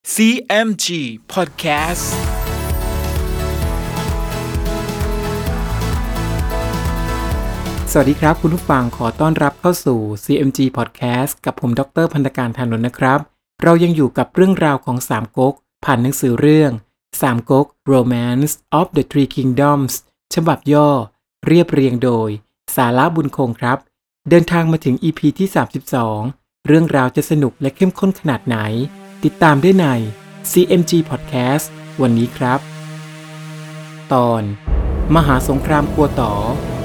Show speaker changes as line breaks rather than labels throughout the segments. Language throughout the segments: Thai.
CMG Podcast
สวัสดีครับคุณผู้ฟังขอต้อนรับเข้าสู่ CMG Podcast กับผมดร.พันธการ ธานนท์นะครับเรายังอยู่กับเรื่องราวของสามก๊กผ่านหนังสือเรื่องสามก๊ก Romance of the Three Kingdoms ฉบับย่อเรียบเรียงโดยสาระบุญคงครับเดินทางมาถึง EP ที่32เรื่องราวจะสนุกและเข้มข้นขนาดไหนติดตามได้ใน CMG Podcast วันนี้ครับตอนมหาสงครามกัวต๋อ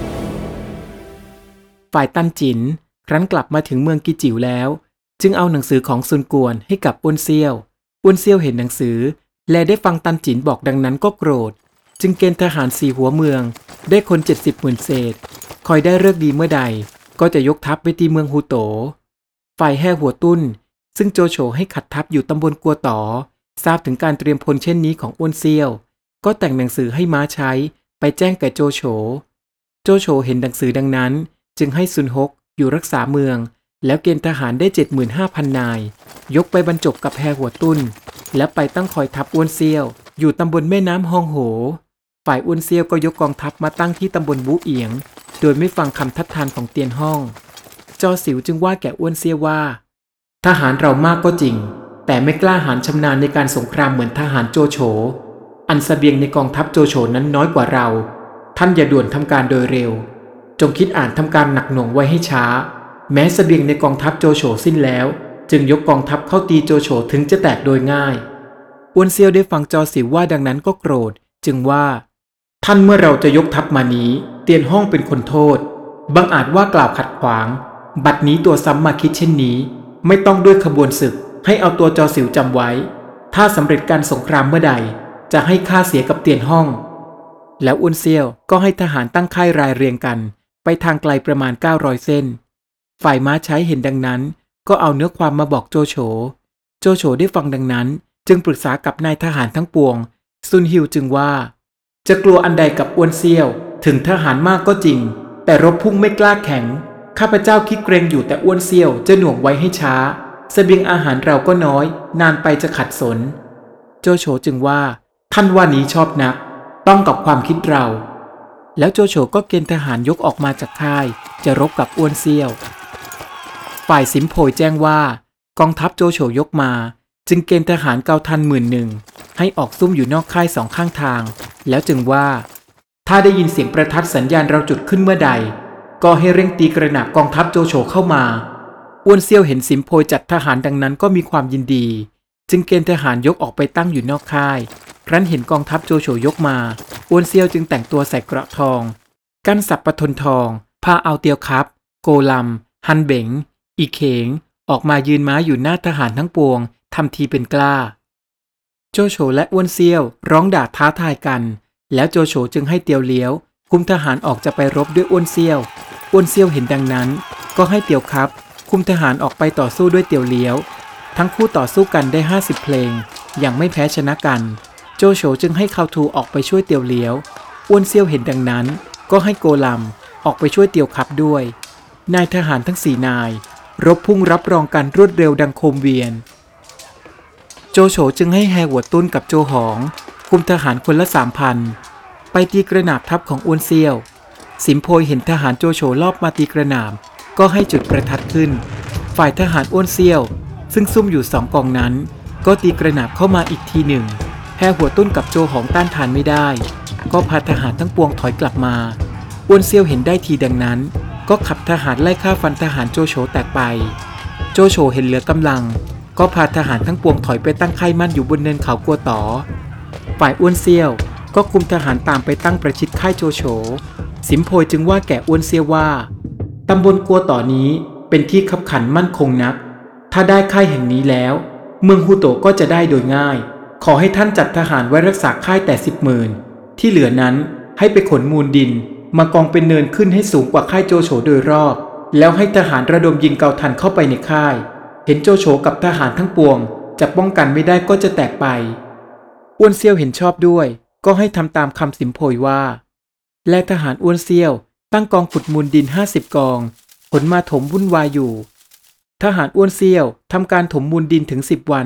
ฝ่ายตันจินครั้นกลับมาถึงเมืองกิจิ๋วแล้วจึงเอาหนังสือของซุนกวนให้กับอ้วนเซี่ยวเห็นหนังสือและได้ฟังตันจินบอกดังนั้นก็โกรธจึงเกณฑ์ทหาร4หัวเมืองได้คน 70,000 เศษคอยได้ฤกษ์ดีเมื่อใดก็จะยกทัพไปตีเมืองฮูโตฝ่ายแห่หัวตุ้นซึ่งโจโฉให้ขัดทัพอยู่ตำบลกัวต๋อทราบถึงการเตรียมพลเช่นนี้ของอ้วนเซี่ยวก็แต่งหนังสือให้ม้าใช้ไปแจ้งแก่โจโฉเห็นหนังสือดังนั้นจึงให้ซุนฮกอยู่รักษาเมืองแล้วเกณฑ์ทหารได้ 75,000 นายยกไปบรรจบกับแพหัวตุ้นและไปตั้งคอยทัพอ้วนเซี่ยวอยู่ตำบลแม่น้ำฮองโหฝ่ายอ้วนเซี่ยวก็ยกกองทัพมาตั้งที่ตำบลบูเอียงโดยไม่ฟังคำทัดทานของเตียนฮ่องจอสิวจึงว่าแก่อ้วนเซี่ยวว่าทหารเรามากก็จริงแต่ไม่กล้าหาญชำนาญในการสงครามเหมือนทหารโจโฉอันเสบียงในกองทัพโจโฉนั้นน้อยกว่าเราท่านอย่าด่วนทำการโดยเร็วจงคิดอ่านทำการหนักหน่วงไว้ให้ช้าแม้เสบียงในกองทัพโจโฉสิ้นแล้วจึงยกกองทัพเข้าตีโจโฉถึงจะแตกโดยง่ายอ้วนเซี่ยวได้ฟังจอสิวว่าดังนั้นก็โกรธจึงว่าท่านเมื่อเราจะยกทัพมานี้เตียนฮ่องเป็นคนโทษบังอาจว่ากล่าวขัดขวางบัดนี้ตัวซ้ำมาคิดเช่นนี้ไม่ต้องด้วยขบวนศึกให้เอาตัวจอสิวจำไว้ถ้าสำเร็จการสงครามเมื่อใดจะให้ค่าเสียกับเตียนฮ่องแล้วอ้วนเซี่ยวก็ให้ทหารตั้งค่ายรายเรียงกันไปทางไกลประมาณ900เส้นฝ่ายม้าใช้เห็นดังนั้นก็เอาเนื้อความมาบอกโจโฉได้ฟังดังนั้นจึงปรึกษากับนายทหารทั้งปวงซุนฮิวจึงว่าจะกลัวอันใดกับอ้วนเซี่ยวถึงทหารมากก็จริงแต่รบพุ่งไม่กล้าแข็งข้าพเจ้าคิดเกรงอยู่แต่อ้วนเซี่ยวจะหน่วงไว้ให้ช้าเสบียงอาหารเราก็น้อยนานไปจะขัดสนโจโฉจึงว่าท่านว่านี้ชอบนักต้องกับความคิดเราแล้วโจโฉก็เกณฑ์ทหารยกออกมาจากค่ายจะรบกับอ้วนเซี่ยวฝ่ายสิมโพยแจ้งว่ากองทัพโจโฉยกมาจึงเกณฑ์ทหารเกาทัน10,000ให้ออกซุ่มอยู่นอกค่าย2ข้างทางแล้วจึงว่าถ้าได้ยินเสียงประทัดสัญญาณเราจุดขึ้นเมื่อใดก็ให้เร่งตีกระหน่ำกองทัพโจโฉเข้ามาอ้วนเซี่ยวเห็นสิมโพยจัดทหารดังนั้นก็มีความยินดีจึงเกณฑ์ทหารยกออกไปตั้งอยู่นอกค่ายครั้นเห็นกองทัพโจโฉยกมาอ้วนเซี่ยวจึงแต่งตัวใส่เกราะทองกั้นสับปะทนทองพาเอาเตียวคับโกลัมฮันเบงอีเขงออกมายืนม้าอยู่หน้าทหารทั้งปวงทำทีเป็นกล้าโจโฉและอ้วนเซี่ยวร้องด่าท้าทายกันแล้วโจโฉจึงให้เตียวเลี้ยวคุมทหารออกจะไปรบด้วยอ้วนเซี่ยวเห็นดังนั้นก็ให้เตียวคับคุมทหารออกไปต่อสู้ด้วยเตียวเลี้ยวทั้งคู่ต่อสู้กันได้50เพลงอย่างไม่แพ้ชนะกันโจโฉจึงให้คาวทูออกไปช่วยเตียวเลี้ยวอ้วนเซี่ยวเห็นดังนั้นก็ให้โกลัมออกไปช่วยเตียวคับด้วยนายทหารทั้ง4นายรบพุ่งรับรองกันรวดเร็วดังโคมเวียนโจโฉจึงให้แฮหัวตุ้นกับโจหองคุมทหารคนละ 3,000 ไปตีกระหน่ำทัพของอ้วนเซี่ยวสิมโพยเห็นทหารโจโฉลอบมาตีกระหน่ำก็ให้จุดประทัดขึ้นฝ่ายทหารอ้วนเซี่ยวซึ่งซุ่มอยู่2กองนั้นก็ตีกระหน่ำเข้ามาอีกทีหนึ่งแฮหัวตุ้นกับโจหองต้านทานไม่ได้ก็พาทหารทั้งปวงถอยกลับมาอ้วนเซี่ยวเห็นได้ทีดังนั้นก็ขับทหารไล่ฆ่าฟันทหารโจโฉแตกไปโจโฉเห็นเหลือกำลังก็พาทหารทั้งปวงถอยไปตั้งค่ายมั่นอยู่บนเนินเขากัวต๋อฝ่ายอ้วนเซี่ยวก็คุมทหารตามไปตั้งประชิดค่ายโจโฉสิมโพยจึงว่าแก่อ้วนเซี่ยวว่าตำบลกัวต๋อนี้เป็นที่คับขันมั่นคงนักถ้าได้ค่ายแห่งนี้แล้วเมืองฮูโตก็จะได้โดยง่ายขอให้ท่านจัดทหารไว้รักษาค่ายแต่10,000ที่เหลือนั้นให้ไปขนมูลดินมากองเป็นเนินขึ้นให้สูงกว่าค่ายโจโฉโดยรอบแล้วให้ทหารระดมยิงเกาทันเข้าไปในค่ายเห็นโจโฉกับทหารทั้งปวงจะป้องกันไม่ได้ก็จะแตกไปอ้วนเซี่ยวเห็นชอบด้วยก็ให้ทำตามคำสิมโพยว่าและทหารอ้วนเซี่ยวตั้งกองขุดมูลดิน50กองขนมาถมวุ่นวายอยู่ทหารอ้วนเซี่ยวทำการถมมูลดินถึง10วัน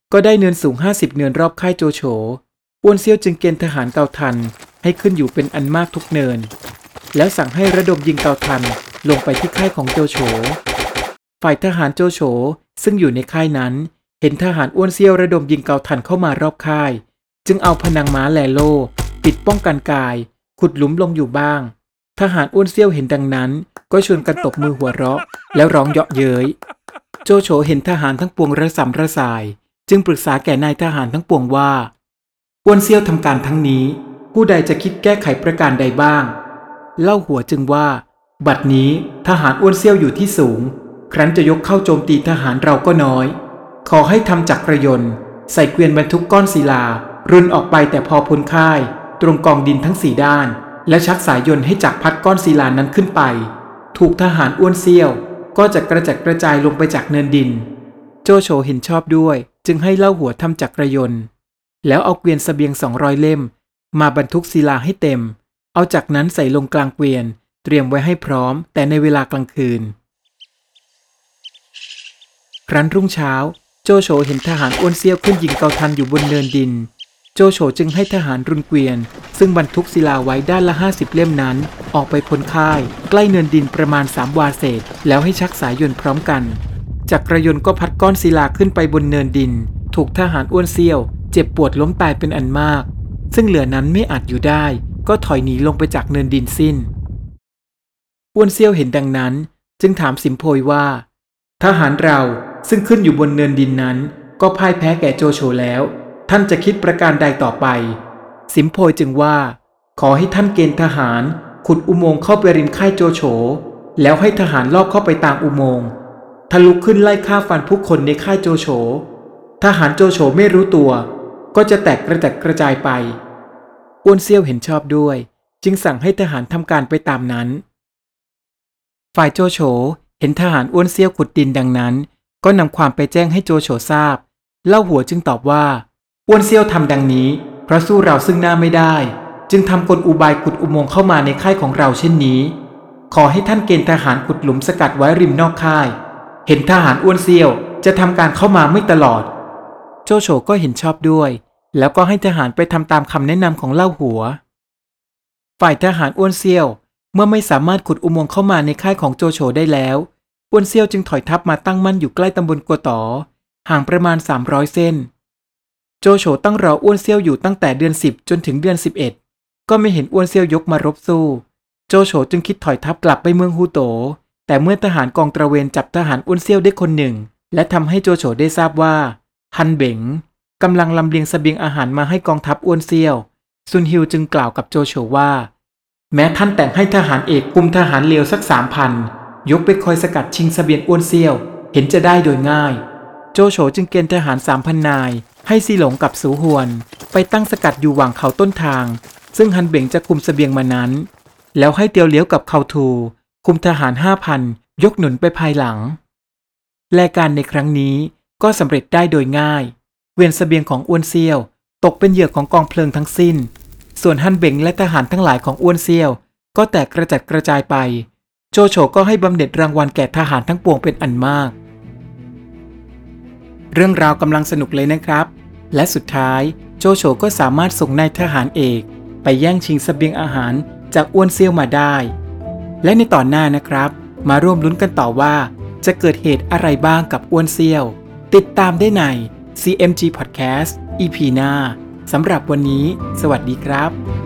ก็ได้เนินสูง50เนินรอบค่ายโจโฉอ้วนเซี่ยวจึงเกณฑ์ทหารเกาทันให้ขึ้นอยู่เป็นอันมากทุกเนินแล้วสั่งให้ระดมยิงเกาทันลงไปที่ค่ายของโจโฉฝ่ายทหารโจโฉซึ่งอยู่ในค่ายนั้นเห็นทหารอ้วนเซี่ยวระดมยิงเกาทันเข้ามารอบค่ายจึงเอาพนังม้าแลโล่ปิดป้องกันกายขุดหลุมลงอยู่บ้างทหารอ้วนเซี่ยวเห็นดังนั้นก็ชวนกันตบมือหัวเราะแล้วร้องเยาะเย้ยโจโฉเห็นทหารทั้งปวงระสำระสายจึงปรึกษาแก่นายทหารทั้งปวงว่าอ้วนเซี่ยวทำการทั้งนี้ผู้ใดจะคิดแก้ไขประการใดบ้างเล่าหัวจึงว่าบัดนี้ทหารอ้วนเซี่ยวอยู่ที่สูงครั้นจะยกเข้าโจมตีทหารเราก็น้อยขอให้ทำจักรยนต์ใส่เกวียนบรรทุกก้อนศิลารุนออกไปแต่พอพ้นค่ายตรงกองดินทั้ง4ด้านและชักสายยนต์ให้จักรพัดก้อนศิลานั้นขึ้นไปถูกทหารอ้วนเซี่ยวก็จะกระจัดกระจายลงไปจากเนินดินโจโฉเห็นชอบด้วยจึงให้เล่าหัวทำจักรยนต์แล้วเอาเกวียนเสบียง200เล่มมาบรรทุกศิลาให้เต็มเอาจากนั้นใส่ลงกลางเกวียนเตรียมไว้ให้พร้อมแต่ในเวลากลางคืนครั้นรุ่งเช้าโจโฉเห็นทหารอ้วนเซี่ยวขึ้นยิงเกาทันอยู่บนเนินดินโจโฉจึงให้ทหารรุนเกวียนซึ่งบรรทุกศิลาไว้ด้านละ50เล่มนั้นออกไปพ้นค่ายใกล้เนินดินประมาณ3 วาเศษแล้วให้ชักสายยนต์พร้อมกันจักรยนต์ก็พัดก้อนศิลาขึ้นไปบนเนินดินถูกทหารอ้วนเซี่ยวเจ็บปวดล้มตายเป็นอันมากซึ่งเหลือนั้นไม่อาจอยู่ได้ก็ถอยหนีลงไปจากเนินดินสิ้นอ้วนเซี่ยวเห็นดังนั้นจึงถามสิมโพยว่าทหารเราซึ่งขึ้นอยู่บนเนินดินนั้นก็พ่ายแพ้แก่โจโฉแล้วท่านจะคิดประการใดต่อไปสิมโพยจึงว่าขอให้ท่านเกณฑ์ทหารขุดอุโมงค์เข้าไปริมค่ายโจโฉแล้วให้ทหารลอบเข้าไปตามอุโมงค์ทะลุขึ้นไล่ฆ่าฟันผู้คนในค่ายโจโฉทหารโจโฉไม่รู้ตัวก็จะแตกกระจัดกระจายไปอ้วนเซี่ยวเห็นชอบด้วยจึงสั่งให้ทหารทำการไปตามนั้นฝ่ายโจโฉเห็นทหารอ้วนเซี่ยวขุดดินดังนั้นก็นำความไปแจ้งให้โจโฉทราบเล่าหัวจึงตอบว่าอ้วนเซี่ยวทำดังนี้เพราะสู้เราซึ่งหน้าไม่ได้จึงทำกลอุบายขุดอุโมงค์เข้ามาในค่ายของเราเช่นนี้ขอให้ท่านเกณฑ์ทหารขุดหลุมสกัดไว้ริมนอกค่ายเห็นทหารอ้วนเซี่ยวจะทำการเข้ามาไม่ตลอดโจโฉก็เห็นชอบด้วยแล้วก็ให้ทหารไปทำตามคำแนะนำของเล่าหัวฝ่ายทหารอ้วนเซี่ยวเมื่อไม่สามารถขุดอุโมงค์เข้ามาในค่ายของโจโฉได้แล้วอ้วนเซี่ยวจึงถอยทัพมาตั้งมั่นอยู่ใกล้ตำบลกัวต๋อห่างประมาณ300เส้นโจโฉตั้งรออ้วนเซี่ยวอยู่ตั้งแต่เดือน10จนถึงเดือน11ก็ไม่เห็นอ้วนเซี่ยวยกมารบสู้โจโฉจึงคิดถอยทัพกลับไปเมืองฮูโตแต่เมื่อทหารกองตระเวนจับทหารอ้วนเซี่ยวได้คนหนึ่งและทำให้โจโฉได้ทราบว่าฮันเบ๋งกำลังลำเลียงเสบียงอาหารมาให้กองทัพอ้วนเซี่ยวซุนฮิวจึงกล่าวกับโจโฉว่าแม้ท่านแต่งให้ทหารเอกกุมทหารเลวสัก 3,000 ยกไปคอยสกัดชิงเสบียงอ้วนเซี่ยวเห็นจะได้โดยง่ายโจโฉจึงเกณฑ์ทหาร 3,000 นายให้ซีหลงกับสูฮวนไปตั้งสกัดอยู่หว่างเขาต้นทางซึ่งฮันเบ๋งจะคุมเสบียงมานั้นแล้วให้เตียวเลี้ยวกับเขาทูคุมทหาร 5,000 ยกหนุนไปภายหลังและการในครั้งนี้ก็สำเร็จได้โดยง่ายเกวียนเสบียงของอ้วนเซี่ยวตกเป็นเหยื่อของกองเพลิงทั้งสิ้นส่วนฮันเบ๋งและทหารทั้งหลายของอ้วนเซี่ยวก็แตกกระจัดกระจายไปโจโฉก็ให้บำเหน็จรางวัลแก่ทหารทั้งปวงเป็นอันมากเรื่องราวกำลังสนุกเลยนะครับและสุดท้ายโจโฉก็สามารถส่งนายทหารเอกไปแย่งชิงเสบียงอาหารจากอ้วนเซี่ยวมาได้และในตอนหน้านะครับมาร่วมลุ้นกันต่อว่าจะเกิดเหตุอะไรบ้างกับอ้วนเซี่ยวติดตามได้ใน CMG Podcast EP หน้าสำหรับวันนี้สวัสดีครับ